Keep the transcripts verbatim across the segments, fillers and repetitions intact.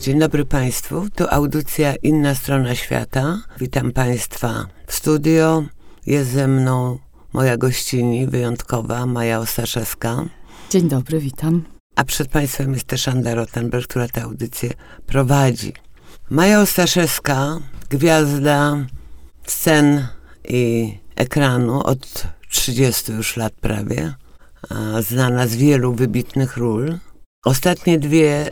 Dzień dobry Państwu, to audycja Inna Strona Świata. Witam Państwa w studio. Jest ze mną moja gościni wyjątkowa, Maja Ostaszewska. Dzień dobry, witam. A przed Państwem jest też Anda Rottenberg, która tę audycję prowadzi. Maja Ostaszewska, gwiazda scen i ekranu od trzydziestu już lat prawie, a znana z wielu wybitnych ról. Ostatnie dwie,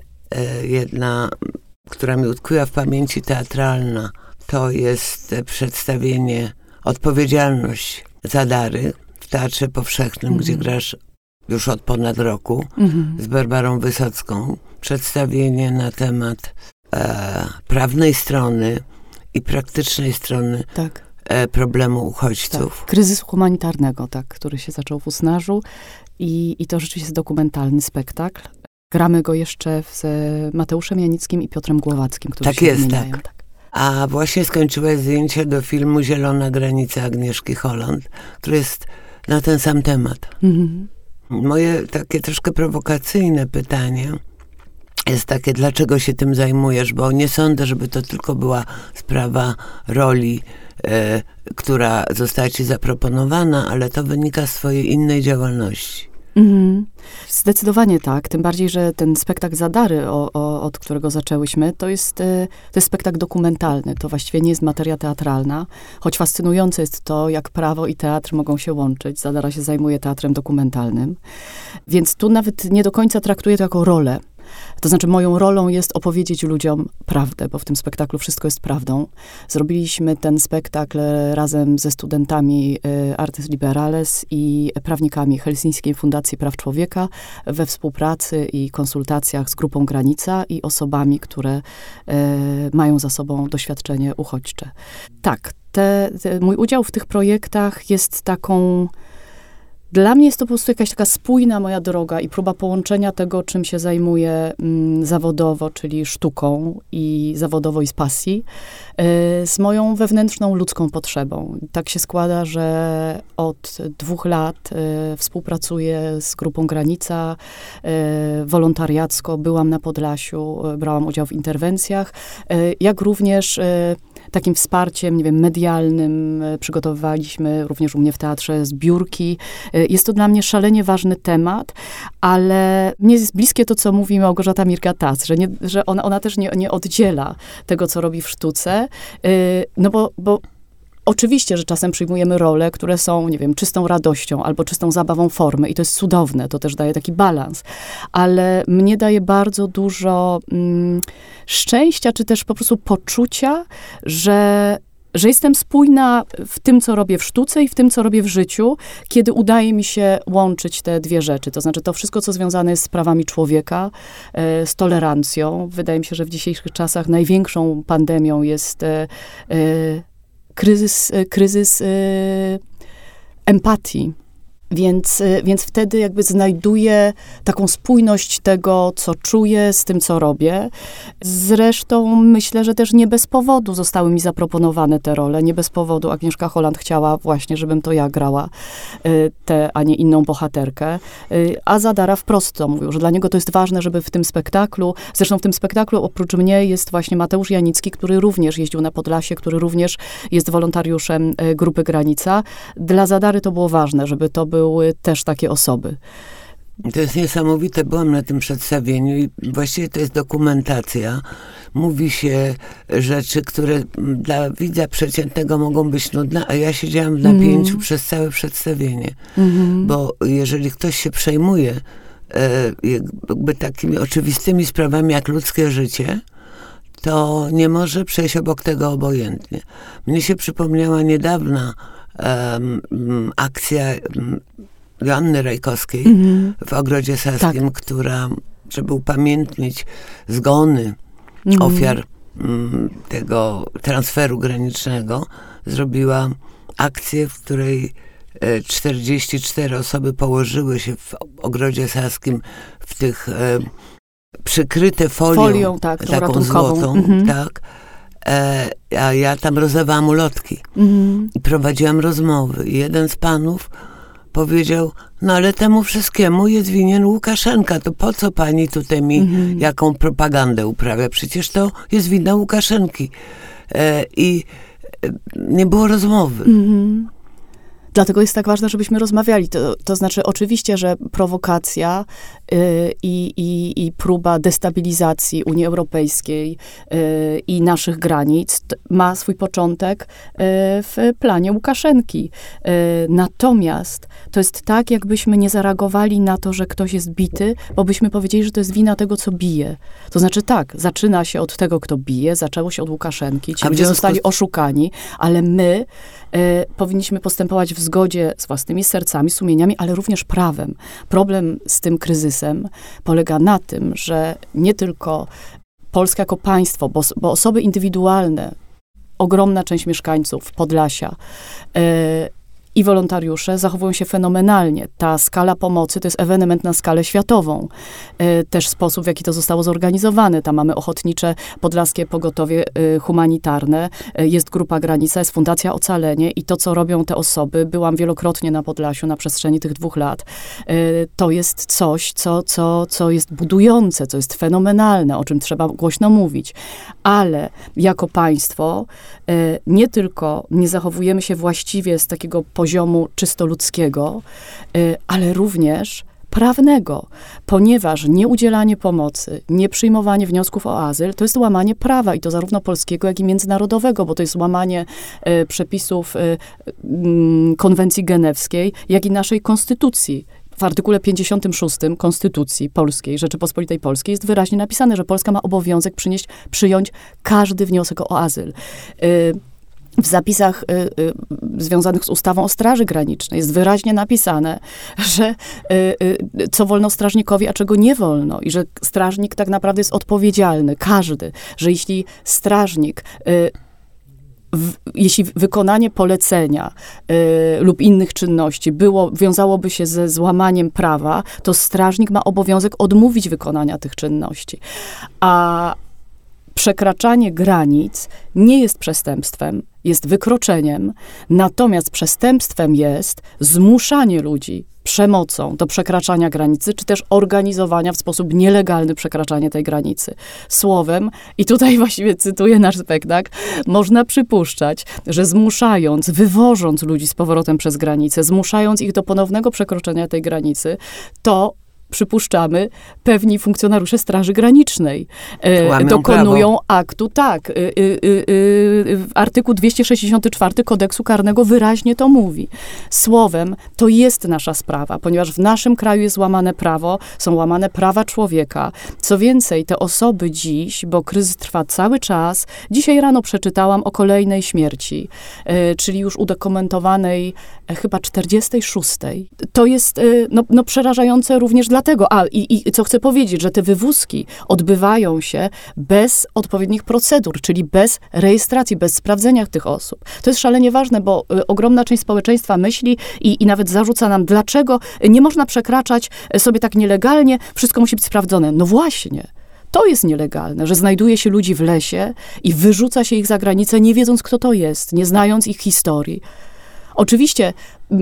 jedna, która mi utkwiła w pamięci, teatralna, to jest przedstawienie Odpowiedzialność za dary w Teatrze Powszechnym, mm-hmm. gdzie grasz już od ponad roku mm-hmm. z Barbarą Wysocką. Przedstawienie na temat e, prawnej strony i praktycznej strony tak. e, problemu uchodźców. Tak. Kryzysu humanitarnego, tak, który się zaczął w Usnarzu i, i to rzeczywiście jest dokumentalny spektakl. Gramy go jeszcze z Mateuszem Janickim i Piotrem Głowackim, którzy tak się jest, wymieniają. tak. tak. A właśnie skończyłaś zdjęcie do filmu Zielona granica Agnieszki Holland, który jest na ten sam temat. Mm-hmm. Moje takie troszkę prowokacyjne pytanie jest takie, dlaczego się tym zajmujesz? Bo nie sądzę, żeby to tylko była sprawa roli, e, która została ci zaproponowana, ale to wynika z twojej innej działalności. Mhm. Zdecydowanie tak, tym bardziej, że ten spektakl Za dary, o, o, od którego zaczęłyśmy, to jest, to jest spektakl dokumentalny, to właściwie nie jest materia teatralna, choć fascynujące jest to, jak prawo i teatr mogą się łączyć. Zadara się zajmuje teatrem dokumentalnym, więc tu nawet nie do końca traktuję to jako rolę. To znaczy moją rolą jest opowiedzieć ludziom prawdę, bo w tym spektaklu wszystko jest prawdą. Zrobiliśmy ten spektakl razem ze studentami Artes Liberales i prawnikami Helsińskiej Fundacji Praw Człowieka we współpracy i konsultacjach z grupą Granica i osobami, które e, mają za sobą doświadczenie uchodźcze. Tak, te, te, mój udział w tych projektach jest taką... Dla mnie jest to po prostu jakaś taka spójna moja droga i próba połączenia tego, czym się zajmuję mm, zawodowo, czyli sztuką i zawodowo i z pasji, y, z moją wewnętrzną ludzką potrzebą. Tak się składa, że od dwóch lat y, współpracuję z grupą Granica, y, wolontariacko, byłam na Podlasiu, y, brałam udział w interwencjach, y, jak również y, takim wsparciem, nie wiem, medialnym. Przygotowywaliśmy również u mnie w teatrze zbiórki. Jest to dla mnie szalenie ważny temat, ale mnie jest bliskie to, co mówi Małgorzata Mirga-Tass, że, nie, że ona, ona też nie, nie oddziela tego, co robi w sztuce, no bo, bo oczywiście, że czasem przyjmujemy role, które są, nie wiem, czystą radością albo czystą zabawą formy i to jest cudowne, to też daje taki balans, ale mnie daje bardzo dużo mm, szczęścia, czy też po prostu poczucia, że że jestem spójna w tym, co robię w sztuce i w tym, co robię w życiu, kiedy udaje mi się łączyć te dwie rzeczy. To znaczy to wszystko, co związane jest z prawami człowieka, e, z tolerancją. Wydaje mi się, że w dzisiejszych czasach największą pandemią jest e, e, kryzys, kryzys y, empatii. Więc, więc wtedy jakby znajduję taką spójność tego, co czuję z tym, co robię. Zresztą myślę, że też nie bez powodu zostały mi zaproponowane te role. Nie bez powodu Agnieszka Holland chciała właśnie, żebym to ja grała tę, a nie inną bohaterkę. A Zadara wprost to mówił, że dla niego to jest ważne, żeby w tym spektaklu, zresztą w tym spektaklu oprócz mnie jest właśnie Mateusz Janicki, który również jeździł na Podlasie, który również jest wolontariuszem grupy Granica. Dla Zadary to było ważne, żeby to był były też takie osoby. To jest niesamowite. Byłam na tym przedstawieniu i właściwie to jest dokumentacja. Mówi się rzeczy, które dla widza przeciętnego mogą być nudne, a ja siedziałam w napięciu mm. przez całe przedstawienie. Mm-hmm. Bo jeżeli ktoś się przejmuje e, jakby takimi oczywistymi sprawami jak ludzkie życie, to nie może przejść obok tego obojętnie. Mnie się przypomniała niedawna Um, akcja um, Joanny Rajkowskiej mm-hmm. w Ogrodzie Saskim, tak. która, żeby upamiętnić zgony mm-hmm. ofiar um, tego transferu granicznego, zrobiła akcję, w której e, czterdzieści cztery osoby położyły się w Ogrodzie Saskim w tych e, przykryte folią, folią tak, taką ratunkową. złotą, mm-hmm. tak. E, a ja tam rozdawałam ulotki mm. i prowadziłam rozmowy. I jeden z panów powiedział, no ale temu wszystkiemu jest winien Łukaszenka, to po co pani tutaj mi mhm. jaką propagandę uprawia? Przecież to jest wina Łukaszenki. E, I e, nie było rozmowy. Mhm. Dlatego jest tak ważne, żebyśmy rozmawiali. To, to znaczy oczywiście, że prowokacja yy, i, i próba destabilizacji Unii Europejskiej yy, i naszych granic t, ma swój początek yy, w planie Łukaszenki. Yy, natomiast to jest tak, jakbyśmy nie zareagowali na to, że ktoś jest bity, bo byśmy powiedzieli, że to jest wina tego, co bije. To znaczy tak, zaczyna się od tego, kto bije, zaczęło się od Łukaszenki, ci ludzie zostali oszukani, ale my yy, powinniśmy postępować w zgodzie z własnymi sercami, sumieniami, ale również prawem. Problem z tym kryzysem polega na tym, że nie tylko Polska jako państwo, bo, bo osoby indywidualne, ogromna część mieszkańców Podlasia yy, i wolontariusze zachowują się fenomenalnie. Ta skala pomocy to jest ewenement na skalę światową. E, też sposób, w jaki to zostało zorganizowane. Tam mamy Ochotnicze Podlaskie Pogotowie e, Humanitarne, e, jest Grupa Granica, jest Fundacja Ocalenie i to, co robią te osoby, byłam wielokrotnie na Podlasiu na przestrzeni tych dwóch lat, e, to jest coś, co, co, co jest budujące, co jest fenomenalne, o czym trzeba głośno mówić. Ale jako państwo e, nie tylko nie zachowujemy się właściwie z takiego poziomu czysto ludzkiego, ale również prawnego, ponieważ nieudzielanie pomocy, nieprzyjmowanie wniosków o azyl, to jest łamanie prawa i to zarówno polskiego, jak i międzynarodowego, bo to jest łamanie e, przepisów e, m, konwencji genewskiej, jak i naszej konstytucji. W artykule pięćdziesiątym szóstym Konstytucji Polskiej, Rzeczypospolitej Polskiej jest wyraźnie napisane, że Polska ma obowiązek przynieść, przyjąć każdy wniosek o azyl. E, W zapisach y, y, związanych z ustawą o Straży Granicznej jest wyraźnie napisane, że y, y, co wolno strażnikowi, a czego nie wolno. I że strażnik tak naprawdę jest odpowiedzialny, każdy. Że jeśli strażnik, y, w, jeśli wykonanie polecenia y, lub innych czynności było, wiązałoby się ze złamaniem prawa, to strażnik ma obowiązek odmówić wykonania tych czynności. A przekraczanie granic nie jest przestępstwem, jest wykroczeniem, natomiast przestępstwem jest zmuszanie ludzi przemocą do przekraczania granicy, czy też organizowania w sposób nielegalny przekraczania tej granicy. Słowem, i tutaj właściwie cytuję nasz spektakl, można przypuszczać, że zmuszając, wywożąc ludzi z powrotem przez granicę, zmuszając ich do ponownego przekroczenia tej granicy, to przypuszczamy, pewni funkcjonariusze Straży Granicznej e, dokonują prawo. aktu, tak. Y, y, y, y, artykuł dwieście sześćdziesiąty czwarty Kodeksu Karnego wyraźnie to mówi. Słowem, to jest nasza sprawa, ponieważ w naszym kraju jest łamane prawo, są łamane prawa człowieka. Co więcej, te osoby dziś, bo kryzys trwa cały czas, dzisiaj rano przeczytałam o kolejnej śmierci, e, czyli już udokumentowanej e, chyba czterdziestej szóstej. To jest e, no, no, przerażające również dla Dlatego, a i, i co chcę powiedzieć, że te wywózki odbywają się bez odpowiednich procedur, czyli bez rejestracji, bez sprawdzenia tych osób. To jest szalenie ważne, bo y, ogromna część społeczeństwa myśli i, i nawet zarzuca nam, dlaczego nie można przekraczać sobie tak nielegalnie, wszystko musi być sprawdzone. No właśnie. To jest nielegalne, że znajduje się ludzi w lesie i wyrzuca się ich za granicę, nie wiedząc, kto to jest, nie znając ich historii. Oczywiście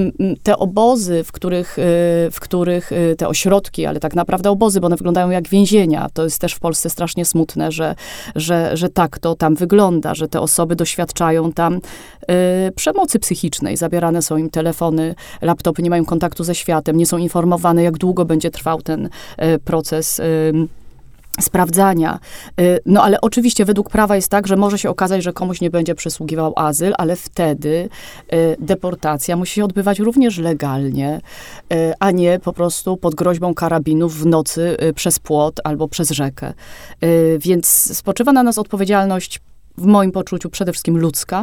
te obozy, w których, w których te ośrodki, ale tak naprawdę obozy, bo one wyglądają jak więzienia. To jest też w Polsce strasznie smutne, że, że, że tak to tam wygląda, że te osoby doświadczają tam y, przemocy psychicznej. Zabierane są im telefony, laptopy, nie mają kontaktu ze światem, nie są informowane, jak długo będzie trwał ten y, proces y, sprawdzania. No ale oczywiście według prawa jest tak, że może się okazać, że komuś nie będzie przysługiwał azyl, ale wtedy deportacja musi się odbywać również legalnie, a nie po prostu pod groźbą karabinów w nocy przez płot albo przez rzekę. Więc spoczywa na nas odpowiedzialność, w moim poczuciu, przede wszystkim ludzka,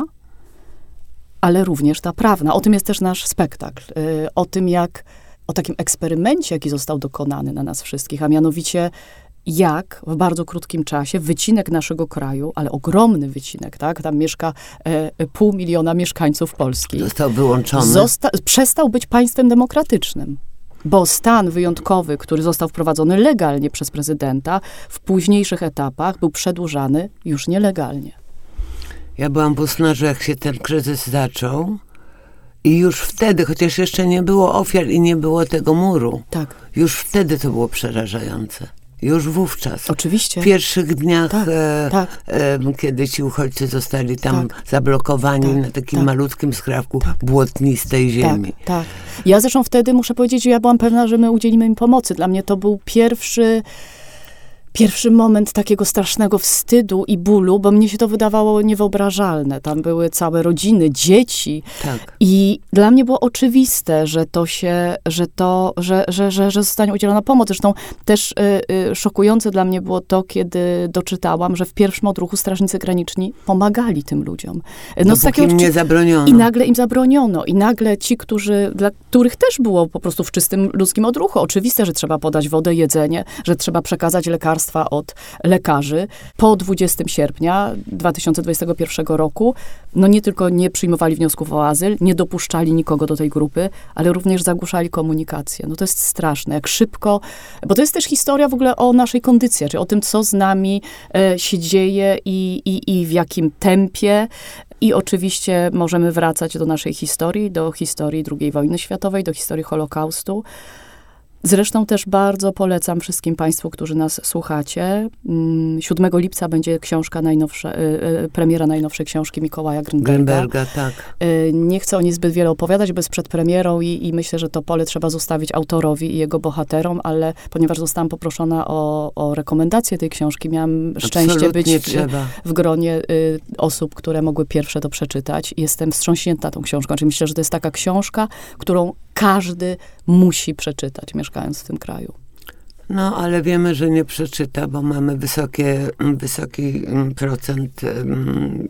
ale również ta prawna. O tym jest też nasz spektakl. O tym, jak, o takim eksperymencie, jaki został dokonany na nas wszystkich, a mianowicie jak w bardzo krótkim czasie wycinek naszego kraju, ale ogromny wycinek, tak, tam mieszka e, pół miliona mieszkańców Polski. Został wyłączony. Zosta- przestał być państwem demokratycznym. Bo stan wyjątkowy, który został wprowadzony legalnie przez prezydenta, w późniejszych etapach był przedłużany już nielegalnie. Ja byłam w Usnarzu, jak się ten kryzys zaczął I już wtedy, chociaż jeszcze nie było ofiar i nie było tego muru, Tak. już wtedy to było przerażające. Już wówczas. Oczywiście. W pierwszych dniach, Tak, e, tak. E, kiedy ci uchodźcy zostali tam Tak. zablokowani Tak, na takim tak. malutkim skrawku Tak. błotnistej ziemi. Tak, tak. Ja zresztą wtedy muszę powiedzieć, że ja byłam pewna, że my udzielimy im pomocy. Dla mnie to był pierwszy... Pierwszy moment takiego strasznego wstydu i bólu, bo mnie się to wydawało niewyobrażalne. Tam były całe rodziny, dzieci. Tak. I dla mnie było oczywiste, że to się, że to, że, że, że, że zostanie udzielona pomoc. Zresztą też y, y, szokujące dla mnie było to, kiedy doczytałam, że w pierwszym odruchu strażnicy graniczni pomagali tym ludziom. No z takiego im nie zabroniono. I nagle im zabroniono. I nagle ci, którzy, dla których też było po prostu w czystym ludzkim odruchu. Oczywiste, że trzeba podać wodę, jedzenie, że trzeba przekazać lekarstwa od lekarzy. Po dwudziestego sierpnia dwa tysiące dwudziestego pierwszego roku, no nie tylko nie przyjmowali wniosków o azyl, nie dopuszczali nikogo do tej grupy, ale również zagłuszali komunikację. No to jest straszne, jak szybko, bo to jest też historia w ogóle o naszej kondycji, czyli o tym, co z nami e, się dzieje i, i, i w jakim tempie. I oczywiście możemy wracać do naszej historii, do historii drugiej wojny światowej, do historii Holokaustu. Zresztą też bardzo polecam wszystkim państwu, którzy nas słuchacie. siódmego lipca będzie książka najnowsza, premiera najnowszej książki Mikołaja Grünberga. Grünberga, tak. Nie chcę o niej zbyt wiele opowiadać, bo jest przed premierą i, i myślę, że to pole trzeba zostawić autorowi i jego bohaterom, ale ponieważ zostałam poproszona o, o rekomendację tej książki, miałam szczęście być w, w gronie y, osób, które mogły pierwsze to przeczytać. Jestem wstrząśnięta tą książką. Czyli myślę, że to jest taka książka, którą każdy musi przeczytać, mieszkając w tym kraju. No, ale wiemy, że nie przeczyta, bo mamy wysokie, wysoki procent um,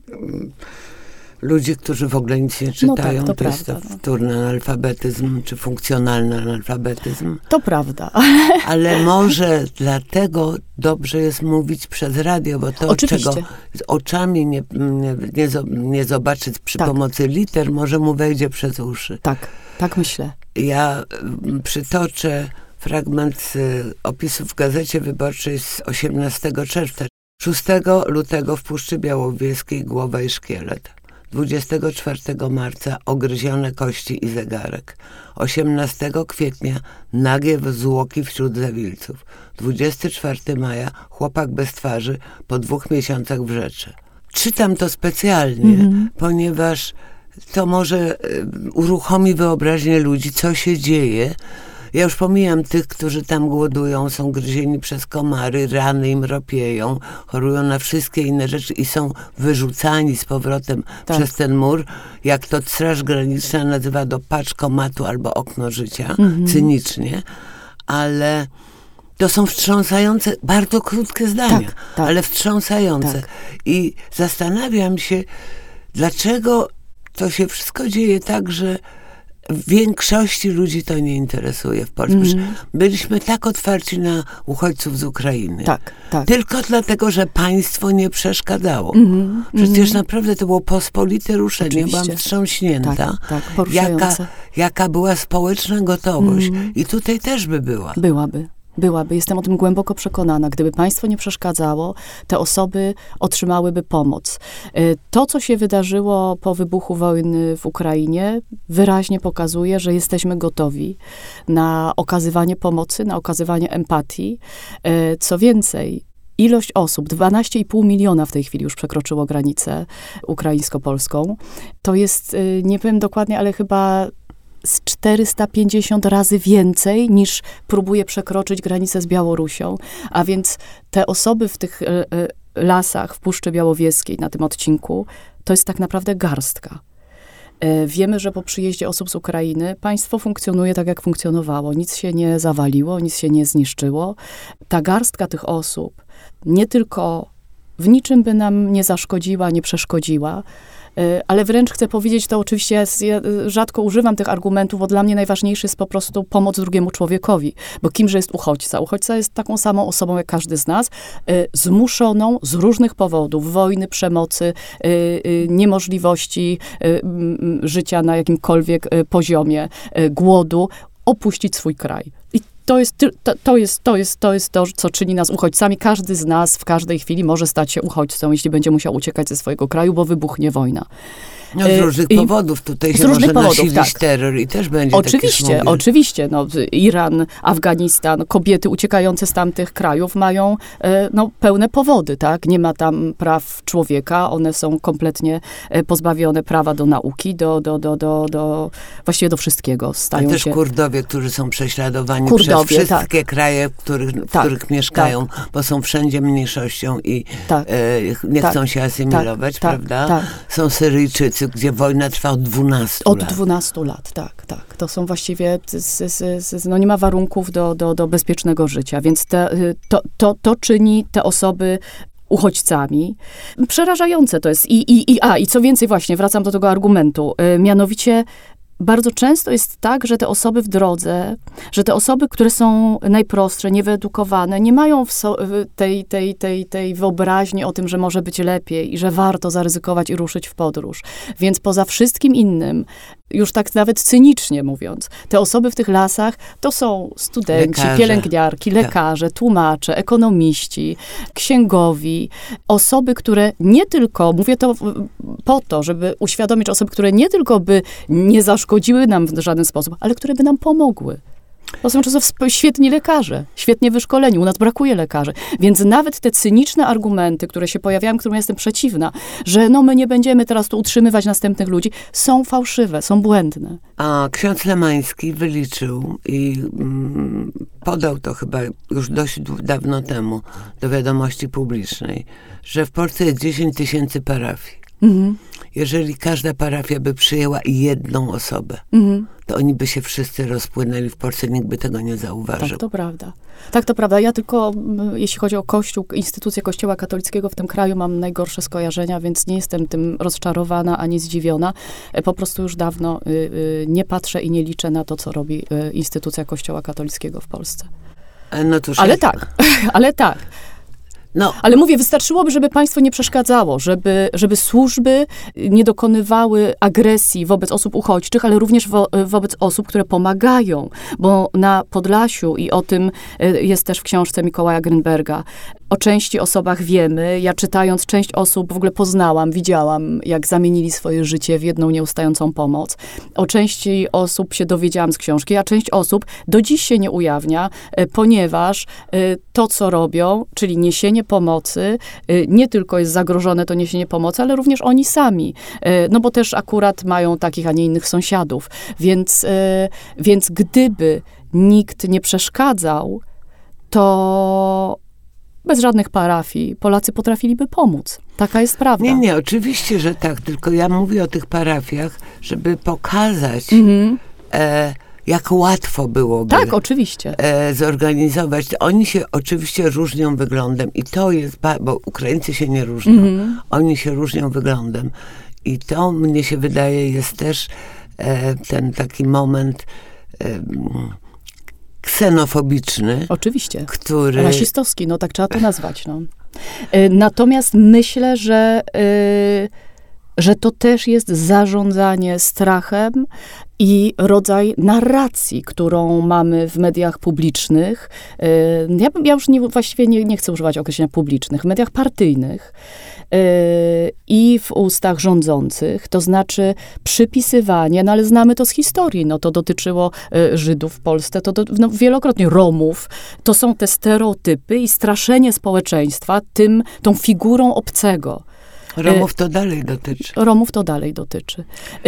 ludzi, którzy w ogóle nic nie czytają. No tak, to, to prawda, jest to no. wtórny analfabetyzm, czy funkcjonalny analfabetyzm. To prawda. Ale może dlatego dobrze jest mówić przez radio, bo to, Oczywiście. czego z oczami nie, nie, nie, nie zobaczy przy Tak. pomocy liter, może mu wejdzie przez uszy. Tak, tak myślę. Ja przytoczę fragment z opisu w Gazecie Wyborczej z osiemnastego czerwca. szóstego lutego w Puszczy Białowieskiej głowa i szkielet. dwudziestego czwartego marca ogryzione kości i zegarek. osiemnastego kwietnia nagie zwłoki wśród zawilców. dwudziestego czwartego maja chłopak bez twarzy po dwóch miesiącach w rzeczy. Czytam to specjalnie, mm-hmm. ponieważ to może uruchomi wyobraźnię ludzi, co się dzieje. Ja już pomijam tych, którzy tam głodują, są gryzieni przez komary, rany im ropieją, chorują na wszystkie inne rzeczy i są wyrzucani z powrotem tak. przez ten mur, jak to Straż Graniczna nazywa do paczkomatu albo okno życia, mm-hmm. cynicznie, ale to są wstrząsające, bardzo krótkie zdania, tak, tak. ale wstrząsające. Tak. I zastanawiam się, dlaczego to się wszystko dzieje tak, że większości ludzi to nie interesuje w Polsce. Mm. Byliśmy tak otwarci na uchodźców z Ukrainy. Tak, tak. Tylko dlatego, że państwo nie przeszkadzało. Mm, Przecież mm. naprawdę to było pospolite ruszenie. Oczywiście. Byłam wstrząśnięta. Tak, tak, poruszające. Jaka, jaka była społeczna gotowość. Mm. I tutaj też by była. Byłaby. Byłaby, jestem o tym głęboko przekonana. Gdyby państwo nie przeszkadzało, te osoby otrzymałyby pomoc. To, co się wydarzyło po wybuchu wojny w Ukrainie, wyraźnie pokazuje, że jesteśmy gotowi na okazywanie pomocy, na okazywanie empatii. Co więcej, ilość osób, dwanaście i pół miliona w tej chwili już przekroczyło granicę ukraińsko-polską. To jest, nie powiem dokładnie, ale chyba z czterysta pięćdziesiąt razy więcej niż próbuje przekroczyć granicę z Białorusią. A więc te osoby w tych y, y, lasach w Puszczy Białowieskiej na tym odcinku, to jest tak naprawdę garstka. Y, wiemy, że po przyjeździe osób z Ukrainy państwo funkcjonuje tak, jak funkcjonowało. Nic się nie zawaliło, nic się nie zniszczyło. Ta garstka tych osób nie tylko w niczym by nam nie zaszkodziła, nie przeszkodziła, ale wręcz chcę powiedzieć, to oczywiście ja rzadko używam tych argumentów, bo dla mnie najważniejszy jest po prostu pomoc drugiemu człowiekowi. Bo kimże jest uchodźca? Uchodźca jest taką samą osobą jak każdy z nas, zmuszoną z różnych powodów, wojny, przemocy, niemożliwości życia na jakimkolwiek poziomie, głodu, opuścić swój kraj. I To jest, to, to, jest, to, jest, to jest to, co czyni nas uchodźcami. Każdy z nas w każdej chwili może stać się uchodźcą, jeśli będzie musiał uciekać ze swojego kraju, bo wybuchnie wojna. No z różnych I, powodów. Tutaj z się może powodów, nasilić tak. terror i też będzie Oczywiście, taki oczywiście. No, Iran, Afganistan, kobiety uciekające z tamtych krajów mają no, pełne powody, tak? Nie ma tam praw człowieka, one są kompletnie pozbawione prawa do nauki, do, do, do, do, do właściwie do wszystkiego. Stają A też się... Kurdowie, którzy są prześladowani Kurdowie, przez wszystkie tak. kraje, w których, w tak, których mieszkają, tak. bo są wszędzie mniejszością i tak. e, nie tak. chcą się asymilować, tak. prawda? Tak. Są Syryjczycy, gdzie wojna trwa od dwunastu Od lat. dwunastu lat, tak, tak. To są właściwie, z, z, z, no nie ma warunków do, do, do bezpiecznego życia, więc te, to, to, to czyni te osoby uchodźcami. Przerażające to jest. I, i, i, a, i co więcej, właśnie, wracam do tego argumentu, y, mianowicie bardzo często jest tak, że te osoby w drodze, że te osoby, które są najprostsze, niewyedukowane, nie mają w so, tej, tej, tej, tej wyobraźni o tym, że może być lepiej i że warto zaryzykować i ruszyć w podróż. Więc poza wszystkim innym, już tak nawet cynicznie mówiąc, te osoby w tych lasach to są studenci, lekarze. pielęgniarki, lekarze, tłumacze, ekonomiści, księgowi, osoby, które nie tylko, mówię to po to, żeby uświadomić osoby, które nie tylko by nie zaszkodziły nam w żaden sposób, ale które by nam pomogły. To są często świetni lekarze, świetnie wyszkoleni. U nas brakuje lekarzy. Więc nawet te cyniczne argumenty, które się pojawiają, którym jestem przeciwna, że no my nie będziemy teraz tu utrzymywać następnych ludzi, są fałszywe, są błędne. A ksiądz Lemański wyliczył i mm, podał to chyba już dość dawno temu do wiadomości publicznej, że w Polsce jest dziesięć tysięcy parafii. Mhm. Jeżeli każda parafia by przyjęła jedną osobę, mhm. to oni by się wszyscy rozpłynęli w Polsce, nikt by tego nie zauważył. Tak, to prawda. Tak, to prawda. Ja tylko, jeśli chodzi o Kościół, instytucję Kościoła katolickiego w tym kraju, mam najgorsze skojarzenia, więc nie jestem tym rozczarowana ani zdziwiona. Po prostu już dawno y, y, nie patrzę i nie liczę na to, co robi y, instytucja Kościoła katolickiego w Polsce. No cóż, ale ja... tak, ale tak. No. Ale mówię, wystarczyłoby, żeby państwo nie przeszkadzało, żeby, żeby służby nie dokonywały agresji wobec osób uchodźczych, ale również wo, wobec osób, które pomagają. Bo na Podlasiu, i o tym jest też w książce Mikołaja Grynberga, o części osobach wiemy. Ja czytając, część osób w ogóle poznałam, widziałam, jak zamienili swoje życie w jedną nieustającą pomoc. O części osób się dowiedziałam z książki, a część osób do dziś się nie ujawnia, ponieważ to, co robią, czyli niesienie pomocy, nie tylko jest zagrożone to niesienie pomocy, ale również oni sami. No bo też akurat mają takich, a nie innych sąsiadów. Więc, więc gdyby nikt nie przeszkadzał, to bez żadnych parafii Polacy potrafiliby pomóc. Taka jest prawda. Nie, nie, oczywiście, że tak. Tylko ja mówię o tych parafiach, żeby pokazać, mm-hmm. e, jak łatwo byłoby tak, oczywiście. E, zorganizować. Oni się oczywiście różnią wyglądem i to jest, ba- bo Ukraińcy się nie różnią. Mm-hmm. Oni się różnią wyglądem. I to, mnie się wydaje, jest też e, ten taki moment e, ksenofobiczny. Oczywiście. Który... rasistowski, no tak trzeba to nazwać. No. Natomiast myślę, że, że to też jest zarządzanie strachem i rodzaj narracji, którą mamy w mediach publicznych. Ja, ja już nie, właściwie nie, nie chcę używać określenia publicznych, w mediach partyjnych i w ustach rządzących, to znaczy przypisywanie, no ale znamy to z historii, no to dotyczyło Żydów w Polsce, to do, no, wielokrotnie Romów, to są te stereotypy i straszenie społeczeństwa tym, tą figurą obcego. Romów to dalej dotyczy. Romów to dalej dotyczy.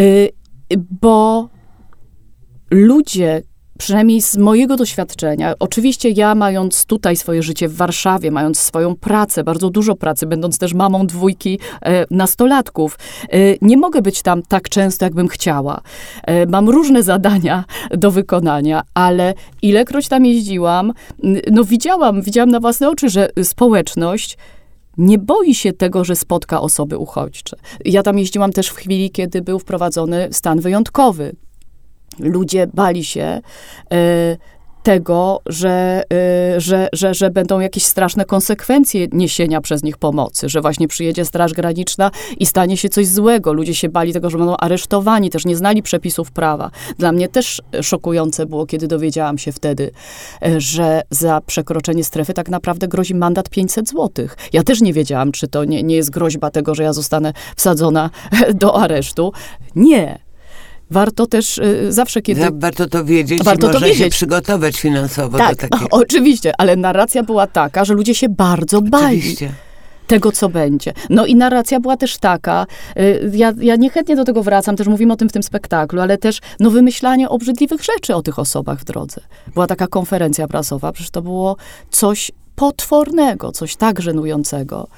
Bo ludzie, przynajmniej z mojego doświadczenia, oczywiście ja mając tutaj swoje życie w Warszawie, mając swoją pracę, bardzo dużo pracy, będąc też mamą dwójki e, nastolatków, e, nie mogę być tam tak często, jakbym chciała. E, mam różne zadania do wykonania, ale ilekroć tam jeździłam, no widziałam, widziałam na własne oczy, że społeczność nie boi się tego, że spotka osoby uchodźcze. Ja tam jeździłam też w chwili, kiedy był wprowadzony stan wyjątkowy. Ludzie bali się e, tego, że, y, że, że, że będą jakieś straszne konsekwencje niesienia przez nich pomocy, że właśnie przyjedzie Straż Graniczna i stanie się coś złego. Ludzie się bali tego, że będą aresztowani, też nie znali przepisów prawa. Dla mnie też szokujące było, kiedy dowiedziałam się wtedy, że za przekroczenie strefy tak naprawdę grozi mandat pięćset złotych. Ja też nie wiedziałam, czy to nie, nie jest groźba tego, że ja zostanę wsadzona do aresztu. Nie. Warto też y, zawsze, kiedy... Ja, warto to wiedzieć warto i można to wiedzieć. się przygotować finansowo tak, do takiego. Oczywiście, ale narracja była taka, że ludzie się bardzo bali Oczywiście. tego, co będzie. No i narracja była też taka, y, ja, ja niechętnie do tego wracam, też mówimy o tym w tym spektaklu, ale też no, wymyślanie obrzydliwych rzeczy o tych osobach w drodze. Była taka konferencja prasowa, przecież to było coś potwornego, coś tak żenującego.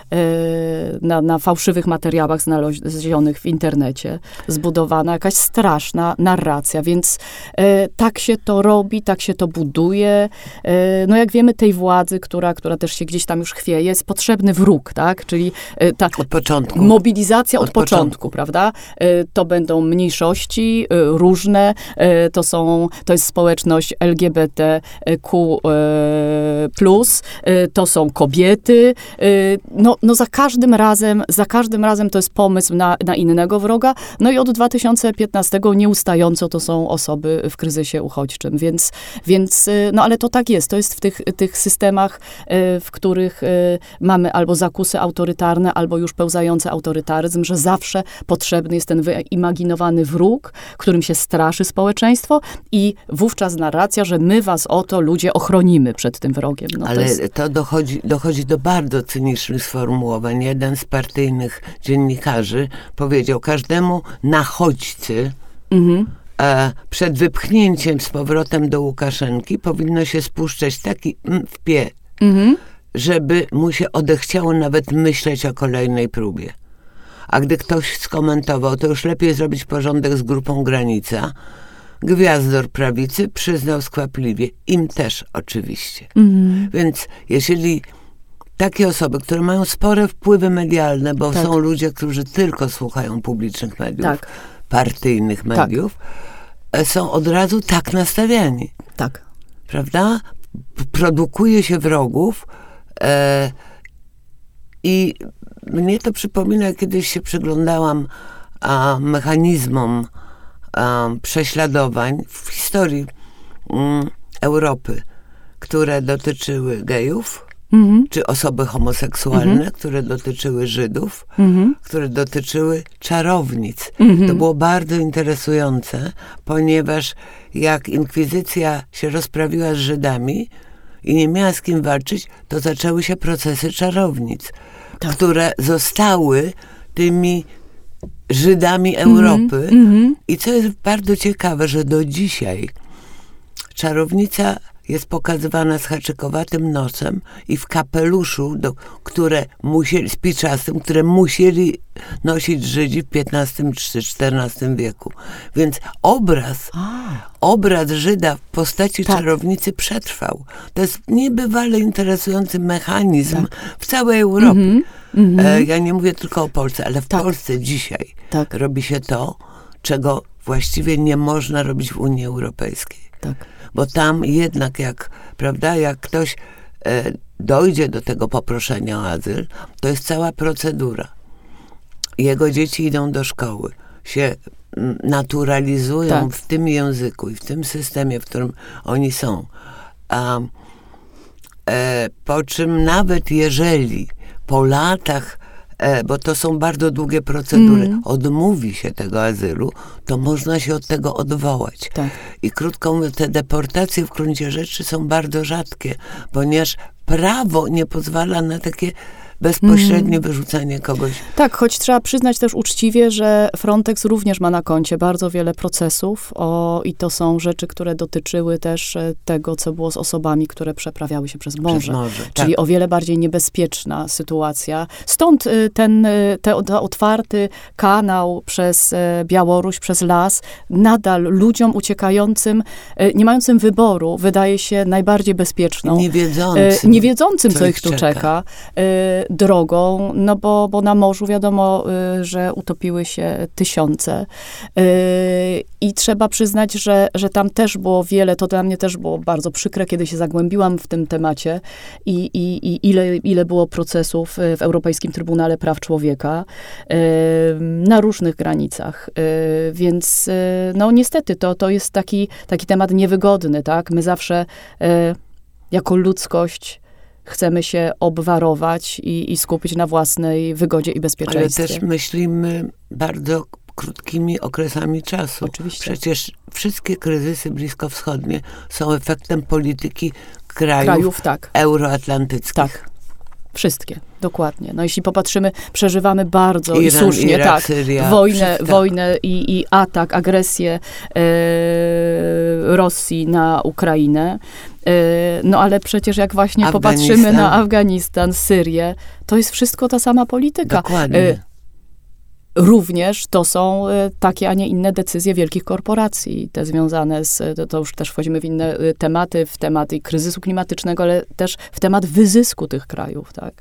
Na, na fałszywych materiałach znalezionych w internecie zbudowana jakaś straszna narracja, więc e, tak się to robi, tak się to buduje. E, no jak wiemy, tej władzy, która, która też się gdzieś tam już chwieje, jest potrzebny wróg, tak? Czyli e, ta od początku. mobilizacja od, od początku, początku, prawda? E, to będą mniejszości e, różne, e, to są, to jest społeczność L G B T Q e, plus, e, to są kobiety, e, no No za każdym razem, za każdym razem to jest pomysł na, na innego wroga. No i od dwa tysiące piętnastego nieustająco to są osoby w kryzysie uchodźczym. Więc, więc no ale to tak jest. To jest w tych, tych systemach, w których mamy albo zakusy autorytarne, albo już pełzający autorytaryzm, że zawsze potrzebny jest ten wyimaginowany wróg, którym się straszy społeczeństwo i wówczas narracja, że my was oto ludzie ochronimy przed tym wrogiem. No, ale to, jest... to dochodzi, dochodzi do bardzo cynicznych sformułowań. Jeden z partyjnych dziennikarzy powiedział, każdemu nachodźcy mhm. e, przed wypchnięciem z powrotem do Łukaszenki powinno się spuszczać taki w pie, mhm. żeby mu się odechciało nawet myśleć o kolejnej próbie. A gdy ktoś skomentował, to już lepiej zrobić porządek z grupą Granica, gwiazdor prawicy przyznał skwapliwie, im też oczywiście. Mhm. Więc jeżeli takie osoby, które mają spore wpływy medialne, bo tak. są ludzie, którzy tylko słuchają publicznych mediów, tak. partyjnych mediów, tak. są od razu tak nastawiani. Tak. Prawda? Produkuje się wrogów e, i mnie to przypomina, kiedyś się przyglądałam a, mechanizmom a, prześladowań w historii mm, Europy, które dotyczyły gejów, Mm-hmm. czy osoby homoseksualne, mm-hmm. które dotyczyły Żydów, mm-hmm. które dotyczyły czarownic. Mm-hmm. To było bardzo interesujące, ponieważ jak inkwizycja się rozprawiła z Żydami i nie miała z kim walczyć, to zaczęły się procesy czarownic, tak. które zostały tymi Żydami Europy. Mm-hmm. I co jest bardzo ciekawe, że do dzisiaj czarownica jest pokazywana z haczykowatym nosem i w kapeluszu, do, które musieli, spiczastym, które musieli nosić Żydzi w piętnastym czy czternastym wieku. Więc obraz, A. obraz Żyda w postaci tak. czarownicy przetrwał. To jest niebywale interesujący mechanizm tak. w całej Europie. Mm-hmm. Mm-hmm. E, ja nie mówię tylko o Polsce, ale w tak. Polsce dzisiaj tak. robi się to, czego właściwie nie można robić w Unii Europejskiej. Tak. Bo tam jednak jak, prawda, jak ktoś e, dojdzie do tego poproszenia o azyl, to jest cała procedura. Jego dzieci idą do szkoły, się m, naturalizują tak. w tym języku i w tym systemie, w którym oni są. A, e, po czym nawet jeżeli po latach, e, bo to są bardzo długie procedury, mm. odmówi się tego azylu, to można się od tego odwołać. Tak. I krótko mówiąc, te deportacje w gruncie rzeczy są bardzo rzadkie, ponieważ prawo nie pozwala na takie bezpośrednie mm. wyrzucanie kogoś. Tak, choć trzeba przyznać też uczciwie, że Frontex również ma na koncie bardzo wiele procesów o, i to są rzeczy, które dotyczyły też tego, co było z osobami, które przeprawiały się przez morze. Przez morze Czyli tak. o wiele bardziej niebezpieczna sytuacja. Stąd ten, ten, ten otwarty kanał przez Białoruś, przez las, nadal ludziom uciekającym, nie mającym wyboru, wydaje się najbardziej bezpieczną. Niewiedzącym. Niewiedzącym, co, co ich tu czeka. czeka drogą, no bo, bo na morzu wiadomo, y, że utopiły się tysiące. Y, I trzeba przyznać, że, że tam też było wiele, to dla mnie też było bardzo przykre, kiedy się zagłębiłam w tym temacie i, i, i ile, ile było procesów w Europejskim Trybunale Praw Człowieka y, na różnych granicach. Y, więc y, no niestety to, to jest taki, taki temat niewygodny, tak? My zawsze y, jako ludzkość chcemy się obwarować i, i skupić na własnej wygodzie i bezpieczeństwie. Ale też myślimy bardzo krótkimi okresami czasu. Oczywiście. Przecież wszystkie kryzysy bliskowschodnie są efektem polityki krajów, krajów tak. euroatlantyckich. Tak. Wszystkie, dokładnie. No jeśli popatrzymy, przeżywamy bardzo Iran, i słusznie, Irak, tak, Syria, wojnę, wszystko. wojnę i, i atak, agresję e, Rosji na Ukrainę. E, no ale przecież jak właśnie Afganistan. popatrzymy na Afganistan, Syrię, to jest wszystko ta sama polityka. Dokładnie. E, Również to są e, takie, a nie inne decyzje wielkich korporacji, te związane z, to, to już też wchodzimy w inne e, tematy, w tematy kryzysu klimatycznego, ale też w temat wyzysku tych krajów, tak.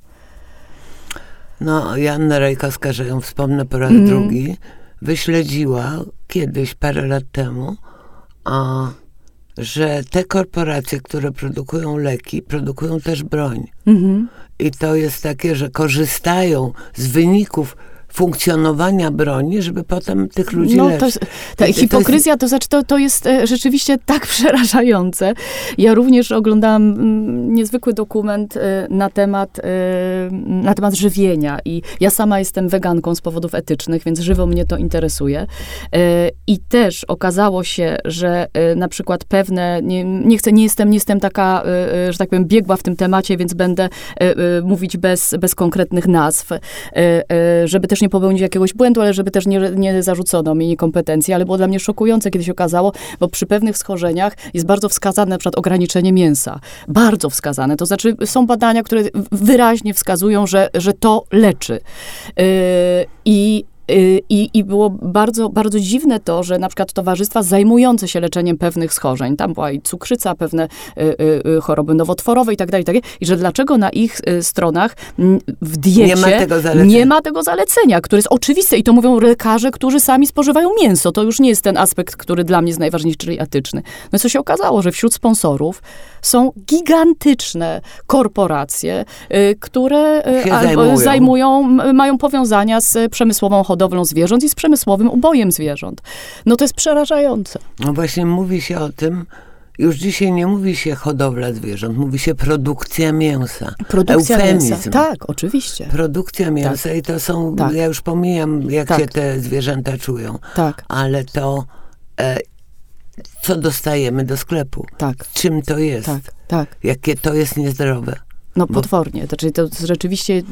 No, Joanna Rajkowska, że ją wspomnę po raz Mm. drugi, wyśledziła kiedyś, parę lat temu, a, że te korporacje, które produkują leki, produkują też broń. Mhm. I to jest takie, że korzystają z wyników funkcjonowania broni, żeby potem tych ludzi No, leczyć. to jest, ta To- to hipokryzja, to znaczy, to, to jest e, rzeczywiście tak przerażające. Ja również oglądałam mm, niezwykły dokument e, na temat, e, na temat żywienia i ja sama jestem weganką z powodów etycznych, więc żywo mnie to interesuje. E, I też okazało się, że e, na przykład pewne, nie, nie chcę, nie jestem, nie jestem taka, e, że tak powiem, biegła w tym temacie, więc będę e, e, mówić bez, bez konkretnych nazw, e, e, żeby też nie popełnić jakiegoś błędu, ale żeby też nie, nie zarzucono mi niekompetencji, ale było dla mnie szokujące, kiedy się okazało, bo przy pewnych schorzeniach jest bardzo wskazane na przykład ograniczenie mięsa. Bardzo wskazane. To znaczy są badania, które wyraźnie wskazują, że, że to leczy. Yy, I I, I było bardzo, bardzo dziwne to, że na przykład towarzystwa zajmujące się leczeniem pewnych schorzeń, tam była i cukrzyca, pewne y, y, choroby nowotworowe i tak dalej, i tak dalej, i że dlaczego na ich y, stronach m, w diecie Nie ma tego zalecenia. nie ma tego zalecenia, które jest oczywiste i to mówią lekarze, którzy sami spożywają mięso. To już nie jest ten aspekt, który dla mnie jest najważniejszy, czyli etyczny. No i co się okazało, że wśród sponsorów są gigantyczne korporacje, y, które y, Się albo zajmują. zajmują, m, mają powiązania z przemysłową hodowlą zwierząt i z przemysłowym ubojem zwierząt. No to jest przerażające. No właśnie mówi się o tym, już dzisiaj nie mówi się hodowla zwierząt, mówi się produkcja mięsa. Produkcja Eufemizm. mięsa. Tak, oczywiście. Produkcja mięsa i to są, Tak. ja już pomijam, jak Tak. się te zwierzęta czują, Tak, ale to, e, co dostajemy do sklepu, tak, czym to jest, tak, tak. jakie to jest niezdrowe. No Bo- potwornie. To, czyli to rzeczywiście y,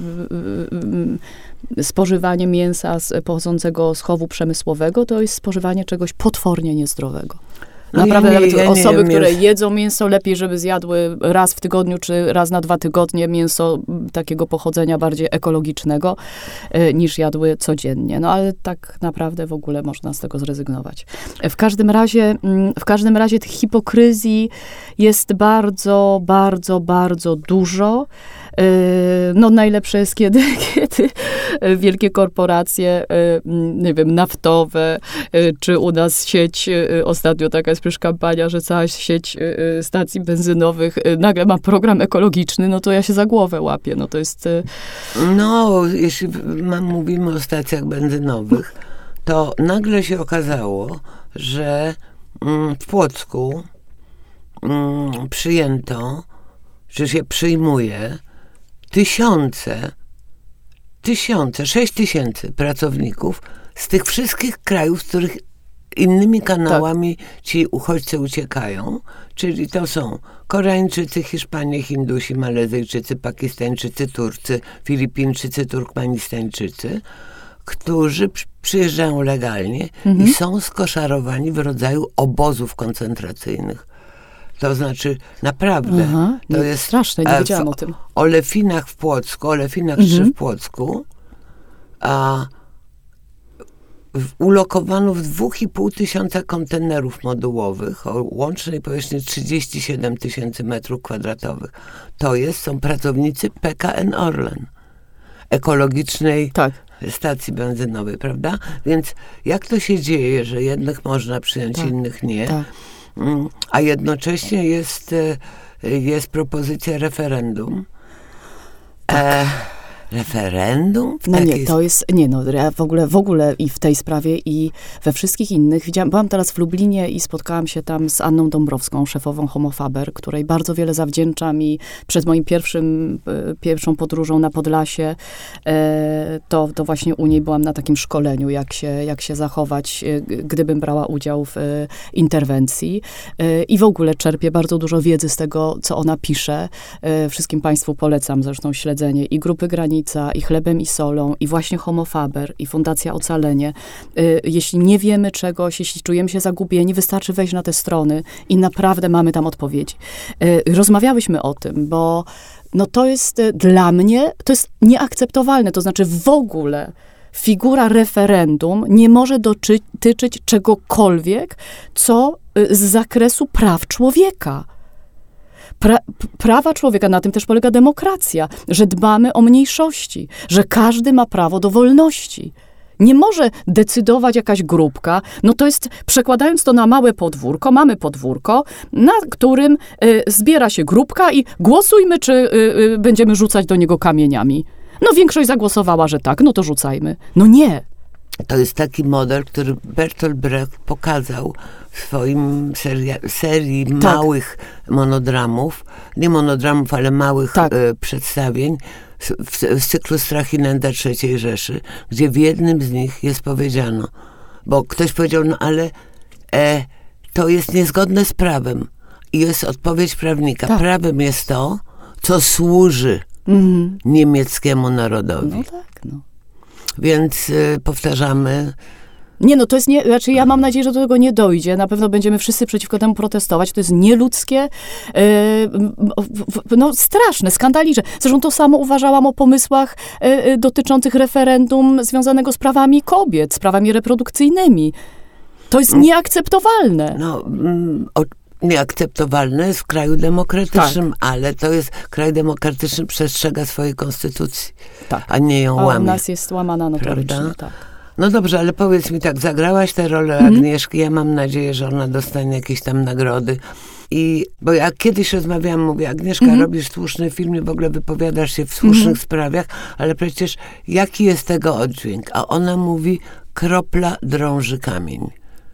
y, y, spożywanie mięsa z, pochodzącego z chowu przemysłowego to jest spożywanie czegoś potwornie niezdrowego. No Naprawdę ja nie- nawet ja nie osoby, jem które mięsa. jedzą mięso, lepiej, żeby zjadły raz w tygodniu, czy raz na dwa tygodnie mięso m, takiego pochodzenia bardziej ekologicznego, y, niż jadły codziennie. No ale tak naprawdę w ogóle można z tego zrezygnować. W każdym razie, mm, w każdym razie tych hipokryzji jest bardzo, bardzo, bardzo dużo. Y, No najlepsze jest, kiedy, kiedy wielkie korporacje, y, nie wiem, naftowe, y, czy u nas sieć, y, ostatnio taka jest przecież kampania, że cała sieć y, y, stacji benzynowych y, nagle ma program ekologiczny, no to ja się za głowę łapię. No to jest... y, No, jeśli mam, mówimy o stacjach benzynowych, to nagle się okazało, że mm, w Płocku mm, przyjęto, że się przyjmuje tysiące, tysiące, sześć tysięcy pracowników z tych wszystkich krajów, z których innymi kanałami ci uchodźcy uciekają, czyli to są Koreańczycy, Hiszpanie, Hindusi, Malezyjczycy, Pakistańczycy, Turcy, Filipińczycy, Turkmenistańczycy, którzy przy- przyjeżdżają legalnie Mhm. i są skoszarowani w rodzaju obozów koncentracyjnych. To znaczy, naprawdę, Aha, to nie, jest straszne, nie e, wiedziałam w o tym. Olefinach w Płocku, Olefinach Mhm. trzy w Płocku, a w- ulokowano w dwóch i pół tysiąca kontenerów modułowych o łącznej powierzchni trzydzieści siedem tysięcy metrów kwadratowych. To jest, są pracownicy P K N Orlen. ekologicznej Tak. stacji benzynowej, prawda? Więc jak to się dzieje, że jednych można przyjąć, Tak. innych nie, Tak. a jednocześnie jest, jest propozycja referendum. E, referendum? W No nie, takiej to jest, nie no, ja w ogóle, w ogóle i w tej sprawie i we wszystkich innych. Widziałam, byłam teraz w Lublinie i spotkałam się tam z Anną Dąbrowską, szefową Homo Faber, której bardzo wiele zawdzięczam i przed moim pierwszym, pierwszą podróżą na Podlasie, e, to, to właśnie u niej byłam na takim szkoleniu, jak się, jak się zachować, e, gdybym brała udział w e, interwencji. E, I w ogóle czerpię bardzo dużo wiedzy z tego, co ona pisze. E, wszystkim Państwu polecam zresztą śledzenie i Grupy Granica, i Chlebem i Solą, i właśnie Homo Faber, i Fundacja Ocalenie. Y, jeśli nie wiemy czegoś, jeśli czujemy się zagubieni, wystarczy wejść na te strony i naprawdę mamy tam odpowiedzi. Y, rozmawiałyśmy o tym, bo no to jest y, dla mnie, to jest nieakceptowalne, to znaczy w ogóle figura referendum nie może dotyczyć czegokolwiek, co y, z zakresu praw człowieka. Pra, prawa człowieka, na tym też polega demokracja, że dbamy o mniejszości, że każdy ma prawo do wolności. Nie może decydować jakaś grupka, no to jest, przekładając to na małe podwórko, mamy podwórko, na którym y, zbiera się grupka i głosujmy, czy y, y, będziemy rzucać do niego kamieniami. No większość zagłosowała, że tak, no to rzucajmy. No nie. To jest taki model, który Bertolt Brecht pokazał w swoim seria, serii tak. małych monodramów, nie monodramów, ale małych tak. e, przedstawień w, w cyklu Strachinenda trzeciej Rzeszy, gdzie w jednym z nich jest powiedziano, bo ktoś powiedział, no ale e, to jest niezgodne z prawem. I jest odpowiedź prawnika. Tak. Prawem jest to, co służy mm. niemieckiemu narodowi. No tak, no. Więc y, powtarzamy. Nie, no to jest nie, znaczy ja mam nadzieję, że do tego nie dojdzie. Na pewno będziemy wszyscy przeciwko temu protestować. To jest nieludzkie, yy, no straszne, skandaliczne. Zresztą to samo uważałam o pomysłach yy, dotyczących referendum związanego z prawami kobiet, z prawami reprodukcyjnymi. To jest nieakceptowalne. No, mm, o, nieakceptowalne jest w kraju demokratycznym, tak. ale to jest kraj demokratyczny, przestrzega swojej konstytucji, tak. a nie ją łamie. A u nas jest łamana notorycznie, tak. No dobrze, ale powiedz mi tak, zagrałaś tę rolę mm. Agnieszki, ja mam nadzieję, że ona dostanie jakieś tam nagrody. I, bo ja kiedyś rozmawiałam, mówię, Agnieszka, mm. robisz słuszny film i w ogóle wypowiadasz się w słusznych mm. sprawach, ale przecież jaki jest tego oddźwięk? A ona mówi, kropla drąży kamień.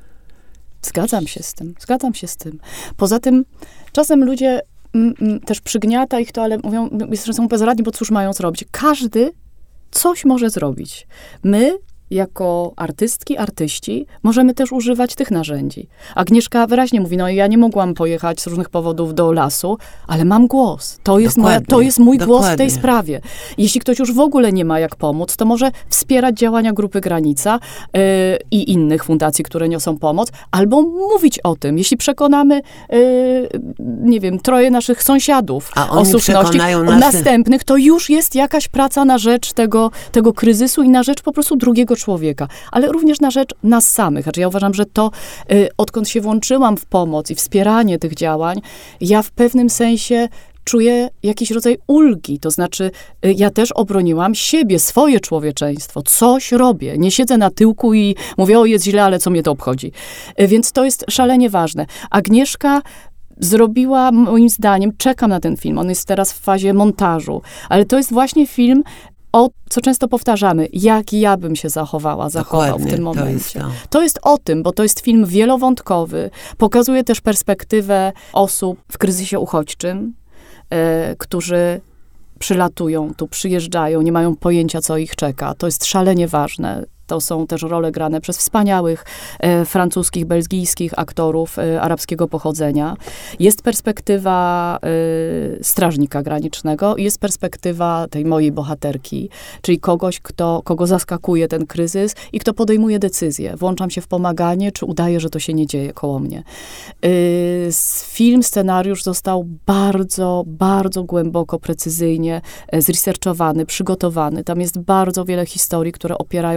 Zgadzam się z tym, zgadzam się z tym. Poza tym czasem ludzie m, m, też przygniata ich to, ale mówią, że są bezradni, bo cóż mają zrobić. Każdy coś może zrobić. My, jako artystki, artyści, możemy też używać tych narzędzi. Agnieszka wyraźnie mówi, no ja nie mogłam pojechać z różnych powodów do lasu, ale mam głos. To jest, moja, to jest mój dokładnie. głos w tej sprawie. Jeśli ktoś już w ogóle nie ma jak pomóc, to może wspierać działania Grupy Granica yy, i innych fundacji, które niosą pomoc, albo mówić o tym. Jeśli przekonamy, yy, nie wiem, troje naszych sąsiadów A o słuszności nas... następnych, to już jest jakaś praca na rzecz tego, tego kryzysu i na rzecz po prostu drugiego człowieka, ale również na rzecz nas samych. Znaczy ja uważam, że to, y, odkąd się włączyłam w pomoc i wspieranie tych działań, ja w pewnym sensie czuję jakiś rodzaj ulgi. To znaczy, y, ja też obroniłam siebie, swoje człowieczeństwo. Coś robię. Nie siedzę na tyłku i mówię, o jest źle, ale co mnie to obchodzi. Y, więc to jest szalenie ważne. Agnieszka zrobiła, moim zdaniem, czekam na ten film. On jest teraz w fazie montażu, ale to jest właśnie film, o, co często powtarzamy, jak ja bym się zachowała, zachował Dokładnie, w tym momencie. To jest, to. to jest o tym, bo to jest film wielowątkowy, pokazuje też perspektywę osób w kryzysie uchodźczym, e, którzy przylatują tu, przyjeżdżają, nie mają pojęcia, co ich czeka. To jest szalenie ważne. To są też role grane przez wspaniałych e, francuskich, belgijskich aktorów e, arabskiego pochodzenia. Jest perspektywa e, strażnika granicznego i jest perspektywa tej mojej bohaterki, czyli kogoś, kto, kogo zaskakuje ten kryzys i kto podejmuje decyzję. Włączam się w pomaganie, czy udaję, że to się nie dzieje koło mnie. E, film, scenariusz został bardzo, bardzo głęboko, precyzyjnie e, zresearchowany, przygotowany. Tam jest bardzo wiele historii, które opierają się na tym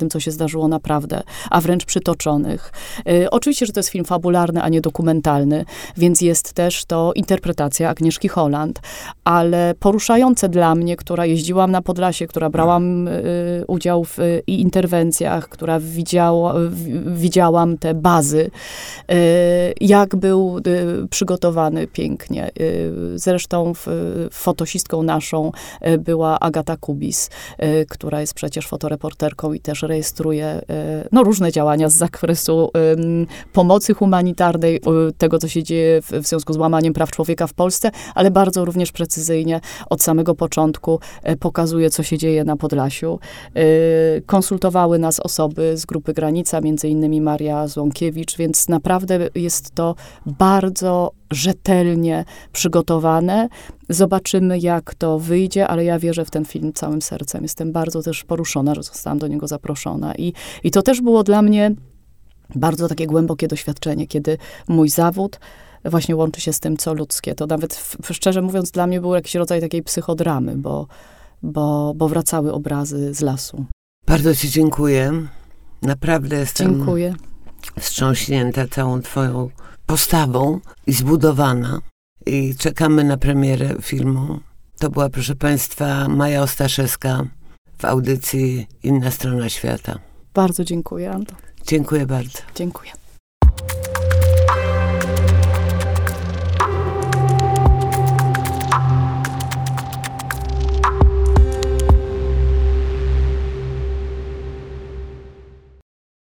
tym, co się zdarzyło naprawdę, a wręcz przytoczonych. Y, oczywiście, że to jest film fabularny, a nie dokumentalny, więc jest też to interpretacja Agnieszki Holland, ale poruszające dla mnie, która jeździłam na Podlasie, która brałam y, udział w y, interwencjach, która widziała, w, widziałam te bazy, y, jak był y, przygotowany pięknie. Y, zresztą w, fotosistką naszą y, była Agata Kubis, y, która jest przecież fotoreporterką i też rejestruje y, no, różne działania z zakresu y, pomocy humanitarnej, y, tego, co się dzieje w, w związku z łamaniem praw człowieka w Polsce, ale bardzo również precyzyjnie od samego początku y, pokazuje, co się dzieje na Podlasiu. Y, konsultowały nas osoby z Grupy Granica, między innymi Maria Złąkiewicz, więc naprawdę jest to bardzo rzetelnie przygotowane. Zobaczymy, jak to wyjdzie, ale ja wierzę w ten film całym sercem. Jestem bardzo też poruszona, że zostałam do niego zaproszona. I, i to też było dla mnie bardzo takie głębokie doświadczenie, kiedy mój zawód właśnie łączy się z tym, co ludzkie. To nawet, szczerze mówiąc, dla mnie był jakiś rodzaj takiej psychodramy, bo, bo, bo wracały obrazy z lasu. Bardzo ci dziękuję. Naprawdę jestem Dziękuję. wstrząśnięta całą twoją postawą i zbudowana. I czekamy na premierę filmu. To była, proszę państwa, Maja Ostaszewska w audycji Inna Strona Świata. Bardzo dziękuję, Anto. Dziękuję bardzo. Dziękuję.